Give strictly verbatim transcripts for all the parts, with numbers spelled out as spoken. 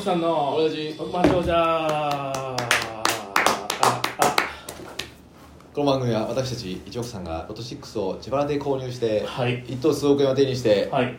さんの親父満潮じゃー。ああこの番組は私たち一億さんがロトろくを自腹で購入して、 はい、 一等数億円を手にして、 はい、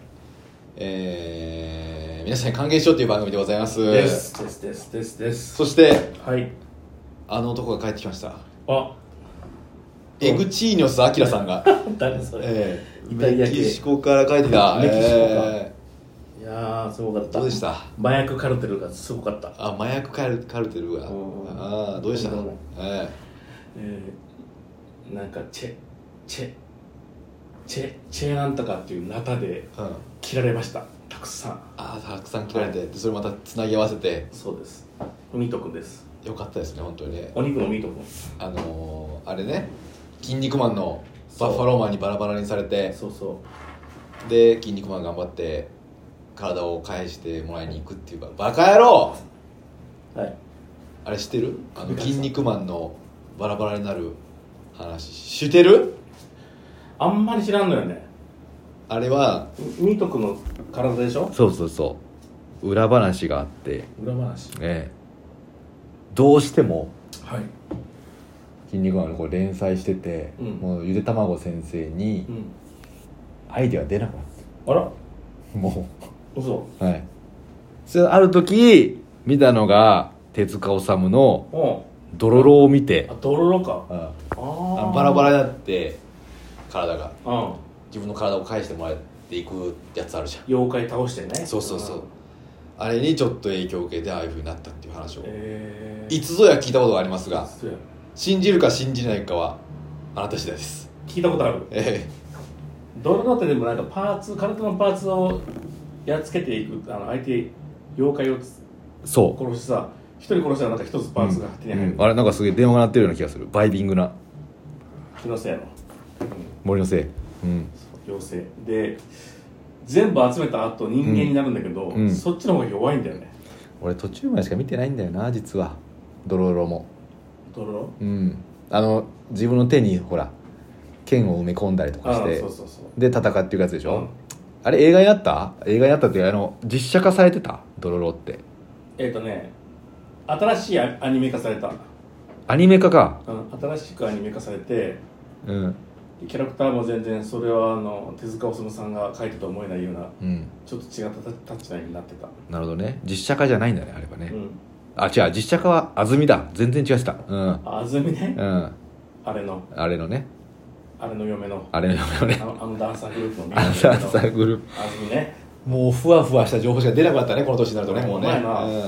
えー、皆さんに還元しようという番組でございます。 ですですですですです。 そして、 はい、 あの男が帰ってきました。 あ、 エグチーニョス・アキラさんが誰それ、 えー、メキシコから帰ってきた。 メキシコか、 えー、いやーすごかった。 どうでした？ 麻薬カルテルがすごかった。 あ、麻薬カル、カルテルが、ああ、どうでした？えーえー、なんかチェチェチェチェなんとかっていうナタで切られました、うん、たくさん。 ああ、たくさん切られて、はい、でそれまたつなぎ合わせて。 そうです。ミートくんです。よかったですね、本当にね。 お肉のミートくん、 あのー、あれね、筋肉マンのバッファローマンにバラバラにされて、 そうそうで筋肉マン頑張って体を返してもらいに行くっていうか、バカ野郎。 はい、 あれ知ってる？あの筋肉マンのバラバラになる話知ってる？ あんまり知らんのよね。あれはミート君の体でしょ？ そうそうそう、裏話があって、 裏話、 ええ、どうしても、 はい、 筋肉マンのこれ連載してて、うん、もうゆで卵先生にアイデア出なかった、 うん、あらもう嘘、 はい、それある時見たのが手塚治虫のドロロを見て、 あ、ドロロか、 うん、ああバラバラになって体が、うん、自分の体を返してもらっていくやつあるじゃん、 妖怪倒してね。 そうそうそう、うん、あれにちょっと影響を受けてああいう風になったっていう話を、 えー、 いつぞや聞いたことがありますが、信じるか信じないかはあなた次第です。 聞いたことある。ええー、ドロロってでもなんかパーツ、体のパーツをやっつけていく、あの相手妖怪をそう殺しさ、一人殺したらなんか一つパーツが手に入る、 うんうん、あれなんかすげえ電話が鳴ってるような気がする。バイビングな気のせいやろ、うん、 森のせい、うん、 妖精で全部集めた後人間になるんだけど、うんうん、そっちの方が弱いんだよね。 俺途中までしか見てないんだよな実は。ドロロもドロロ、 うん、あの自分の手にほら剣を埋め込んだりとかして、 そうそうそう、 で戦っていくやつでしょ、うん、あれ映画にあった映画にあったってあの実写化されてたドロロって。 えっ、ー、とね新しいアニメ化された。 アニメ化か、 うん、新しくアニメ化されて、 うん、 キャラクターも全然それはあの手塚治虫さんが描いたと思えないような、うん、ちょっと違ったタッチになってた。 なるほどね、実写化じゃないんだねあれはね、うん、あ違う、実写化は安住だ、全然違ってた、うん、 安住ね、 うん、 あれのあれのねあれの嫁のあれの嫁のね、 あの、あのダンサーグループのダンサーグループ安住ね。 もうふわふわした情報しか出なかったねこの年になるとね、もうね、うん、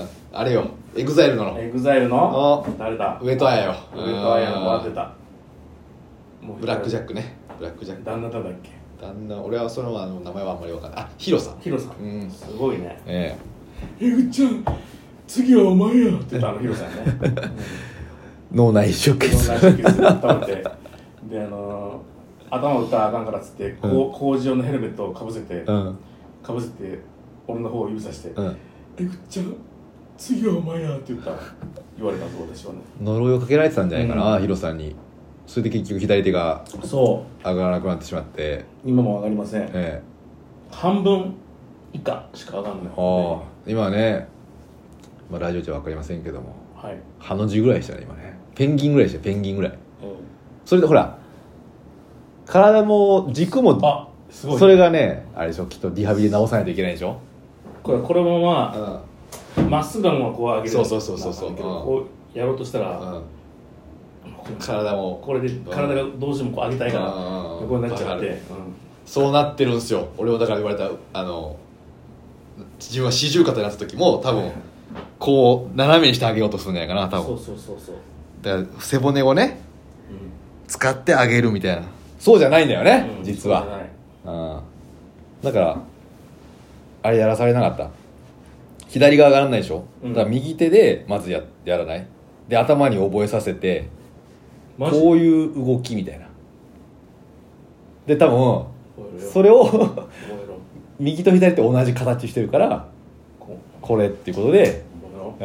あれよエグザイルのエグザイルの誰だ、 上戸彩よ、 上戸彩の笑ってた。 もうブラックジャックね、ブラックジャック旦那だっけ、 旦那、俺はそのあの名前はあんまり分かんない。あ、ヒロさん、 ヒロさん、うん、すごいね。 えええぐっちゃん次はお前やって言ったあのヒロさんね脳内出血脳内出血で倒れてであのー、頭打ったらあかんからっつって、うん、工事用のヘルメットをかぶせて、うん、かぶせて俺の方を指さして、うん、えぐっちゃん次はお前やって言った言われたぞ私はね。 呪いをかけられてたんじゃないかな、うん、ヒロさんに。それで結局左手がそう上がらなくなってしまって、 今も上がりません、ええ、 半分以下しか上がらない。 あ今ね、まあ、ラジオじゃ分かりませんけども、はい、ハの字ぐらいでしたね今ね。ペンギンぐらいでした、ペンギンぐらい、うん、それでほら体も軸もあすごい、ね、それがねあれでしょ、きっとリハビリで直さないといけないでしょ。 これこれもまあま、うん、っすぐなものはこう上げる、 そうそうそうそうそう、 こうやろうとしたら、うん、 体もこれで体がどうしてもこう上げたいから横になっちゃって、うん、 そうなってるんですよ。俺もだから言われた、あの自分は四十肩になった時も多分こう斜めにしてあげようとするんじゃないかな多分。 そうそうそうそう、 だから背骨をね、うん、使ってあげるみたいな。そうじゃないんだよね、うん、実は。うん、だからあれやらされなかった。左が上がらないでしょ、うん、だから右手でまず や, やらないで頭に覚えさせてこういう動きみたいなで多分それを右と左って同じ形してるからこれっていうことで、うん、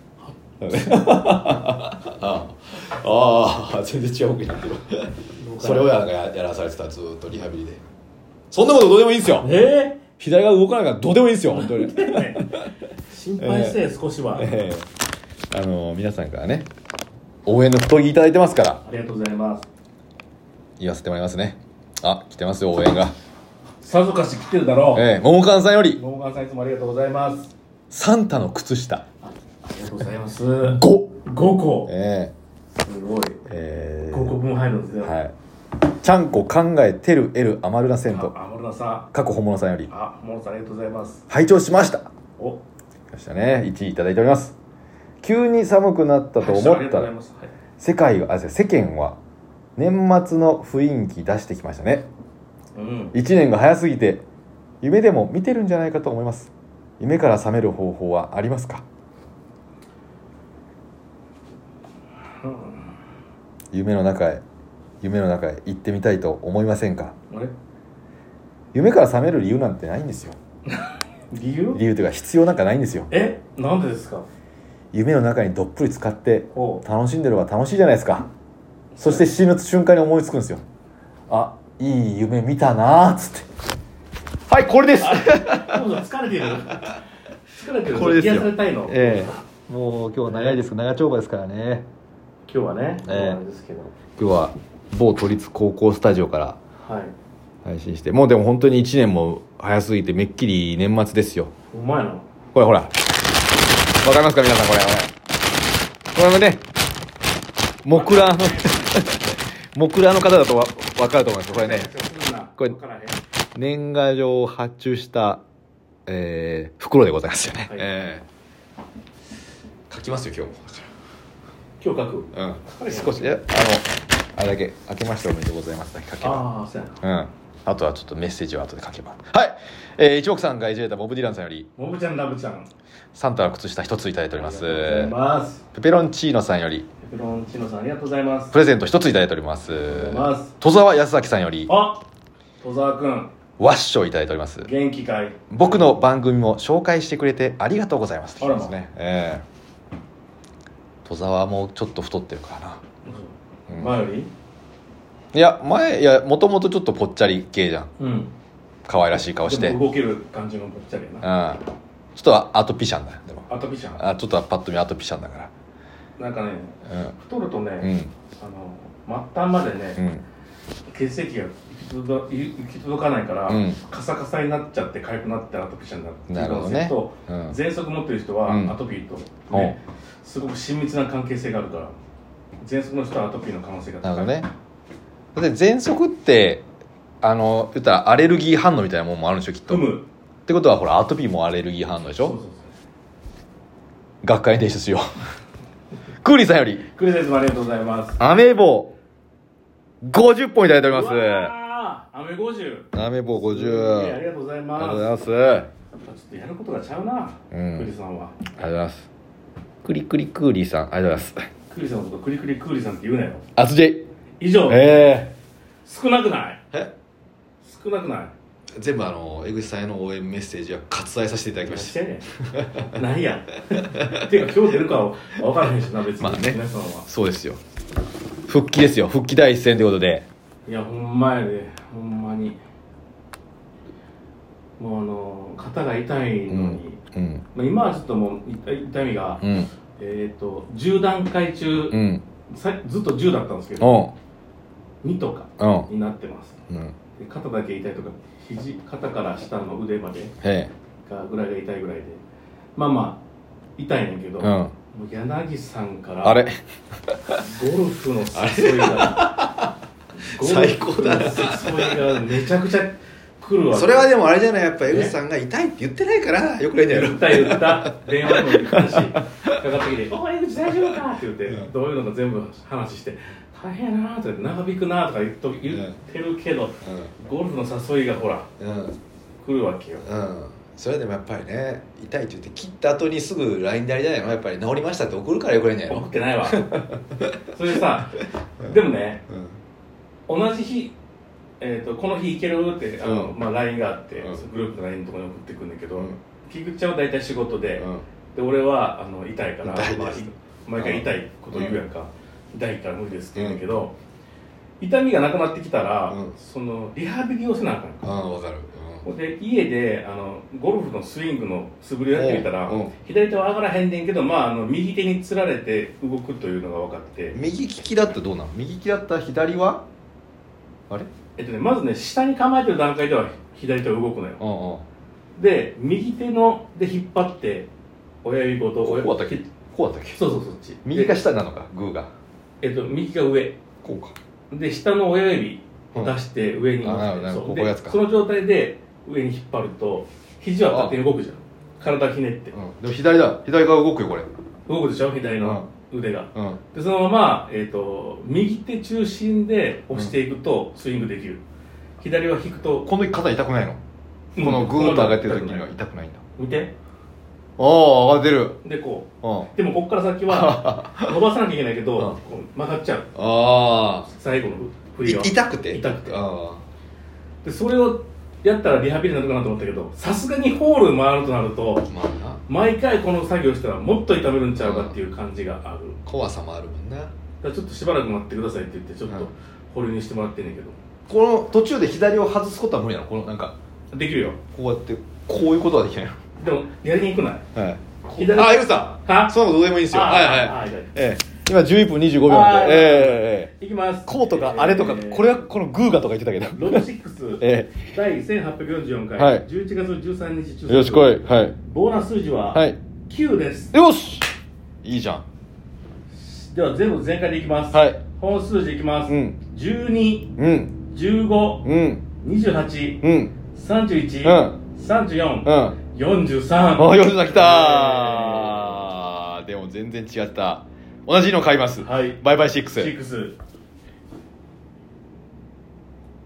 ああ全然違うくなってるそれを や, やらされてたずっとリハビリで。そんなことどうでもいいんですよ、 えー、 左が動かないからどうでもいいんですよ本当に知心配して、えー、少しは、 えー、あの皆さんからね応援の太着いただいてますから、 ありがとうございます。 言わせてもらいますね。あ、来てますよ応援が。 さぞかし来てるだろう。 ええー、ももかんさんより。 ももかんさんいつもありがとうございます。 サンタの靴下。あ、 ありがとうございます。 ごごこ。 ええー、すごい。えー、ごこぶん入るんですよ。 はい。ちゃんこ考えてる L アマルナセント。 アマルナさん。 過去本物さんより。 あ、本物さんありがとうございます。 拝聴しました。 お。 来ましたね。いちいいただいております。急に寒くなったと思ったら、はい、世界があ世間は年末の雰囲気出してきましたね。うん。いちねんが早すぎて夢でも見てるんじゃないかと思います。夢から覚める方法はありますか？うん、夢の中へ夢の中へ行ってみたいと思いませんか？あれ？夢から覚める理由なんてないんですよ。 理由？ 理由というか必要なんかないんですよ。 え？なんでですか？ 夢の中にどっぷり使って楽しんでる方が楽しいじゃないですか。そして死ぬ瞬間に思いつくんですよ。あ、いい夢見たなーっつって。はい、これです。 疲れてる。疲れてる。 これですよ。 癒されたいの。 ええ。もう今日は長いです。長丁場ですからね。 今日はね。 ええ。ですけど。今日は某都立高校スタジオから配信して、はい、もうでも本当にいちねんも早すぎてめっきり年末ですよ。 うまいな。 これほら。わかりますか皆さんこれ。これもね、モクラのモクラの方だとわ分かると思います。これね。これ。年賀状を発注した、えー、袋でございますよね、はい、えー、書きますよ今日も。 今日書く？ うん、少しあのあれだけ明けましておめでとうございますだけ書けば、 ああそうやな、 うん、あとはちょっとメッセージを後で書けば。はい、えー、一目さんがいじれたボブ・ディランさんよりボブちゃんラブちゃんサンタの靴下一ついただいております。 ありがとうございます。 ペペロンチーノさんよりペペロンチーノさんありがとうございます。 プレゼント一ついただいております。ありがとうございます。戸沢康明さんよりあ戸沢くんワッショイいただいております。 元気かい。 僕の番組も紹介してくれてありがとうございます。あらま、ね、えー、戸沢もちょっと太ってるからな、 うん、前よりいや前いやもともとちょっとぽっちゃり系じゃん、うん、可愛らしい顔して動ける感じのぽっちゃりやな、 うん、ちょっとアトピシャンだよ。でもアトピシャン、 あちょっとパッと見アトピシャンだからなんかね、うん、太るとね、うん、あの末端までね、うん、血液が行き届かないから、うん、カサカサになっちゃって痒くなってアトピシャンになってなるほどね、 と、うん、喘息持ってる人はアトピーと、ね、うん、すごく親密な関係性があるから喘息の人はアトピーの可能性が高い。なるほどね。 で喘息ってあの言ったらアレルギー反応みたいなもんもあるんでしょきっと。ってことはほらアトピーもアレルギー反応でしょ。そうそうそう、学会に提出しよう。クーリーさんよりクーリーさんいつもありがとうございます。 アメボごじゅっぽんいただいております。 アメごじゅう。 アメボごじゅう。ありがとうございます。 ありがとうございます。 ちょっとやることがちゃうな、うん、クーリーさんは。 ありがとうございます。クリクリクーリーさんありがとうございます。 クーリーさんのことクリクリクーリーさんって言うなよ。 アスジェイ以上。 えー、少なくない？ え少なくない？ 全部あの江口さんへの応援メッセージは割愛させていただきました。 してね何やていうか今日出るかは分からへんしな別に、 まあね、 皆さんはそうですよ。復帰ですよ。復帰第一戦ということで。 いやほんまやでほんまにもうあの肩が痛いのに、うんうん、まあ、今はちょっともう痛みが、うん、えっ、ー、とじゅう段階中、うん、ずっとじゅうだったんですけどにとかになってます、うん、で肩だけ痛いとか肘肩から下の腕までがぐらいが痛いぐらいでまあまあ痛いねんけど、うん、もう柳さんからあれゴルフの誘いが最高だな。 誘いがめちゃくちゃ来るわけ。 それはでもあれじゃない、やっぱ江口さんが痛いって言ってないからよくないんだよ。 言った言った電話にも言ったしかかってきて「おい江口大丈夫か?」って言って、うん、どういうのか全部話して「大変やな」とか「長引くな」とか言っと言ってるけど、うん、ゴルフの誘いがほら、うん、来るわけよ、 うん、それでもやっぱりね痛いって言って切った後にすぐ ライン でありたいのやっぱり治りましたって送るからよくないんだよ。 送ってないわそれでさ、でもね、うん、同じ日えー、とこの日行けるってあの、うん、まあ、ライン があって、うん、グループの ライン のところに送ってくるんだけど、うん、菊池ちゃんは大体仕事で、うん、で俺はあの痛いから、まあ、毎回痛いこと言うやんか、うん、痛いから無理ですって言うんだけど、うん、痛みがなくなってきたら、うん、そのリハビリをせなあかんか、 ああ分かる、 で家であのゴルフのスイングの素振りをやってみたら、 うん、 左手は上がらへんねんけど、まあ、あの右手につられて動くというのが分かって。 右利きだったらどうなの？右利きだったら左はあれ、 えっとね、まずね下に構えてる段階では左手は動くのよ。 うんうん、 で右手ので引っ張って親指ごとこうだったっけ？こうだったっけ？ そうそうそっち。 右が下なのか、グーが。 えっと右が上。 こうか。 で下の親指を出して上に持って、うん、そうでその状態で上に引っ張ると肘は勝手に動くじゃん。体ひねって、 うん、でも左だ、左が動くよこれ。 動くでしょ左の腕が、 うん、 でそのまま、えー、と右手中心で押していくとスイングできる、左は引くと。 この肩痛くないの？うん、このグーッと上がってる時には痛くないんだ。 見て、 ああ上がってる。 でこう、うん、でもここから先は伸ばさなきゃいけないけど、うん、こう曲がっちゃう。ああ最後の振りは痛くて痛くてあでそれをやったらリハビリになるかなと思ったけど、さすがにホール回るとなると、まあな、毎回この作業したらもっと痛めるんちゃうかっていう感じがある、うん、怖さもあるもんね。だからちょっとしばらく待ってくださいって言ってちょっと保留にしてもらってんねんけど、 この途中で左を外すことは無理なの？このなんかできるよ、 こうやってこういうことはできないの？ でもやりにくくない？はい、 左あ、井口さん、はそのことどうでもいいですよ。はいはい、はい、ええ、今じゅういっぷんにじゅうごびょうなんで、ええ、いきます。こうとかあれとか、えー、これはこのグーガとか言ってたけど、 ロトろく、ええ、だいせんはっぴゃくよんじゅうよんかい、はい、じゅういちがつじゅうさんにち中よし来い、はい、 ボーナス数字はきゅうです。 よし、いいじゃん。 では全部全開でいきます。はい、本数字いきます。うん、じゅうに、うん、じゅうご、うん、にじゅうはち、うん、さんじゅういち、うん、さんじゅうよん、うん、よんじゅうさん。あ、よんじゅうさんきたー。でも全然違った。同じの買います。はい。バイバイシックス。シックス。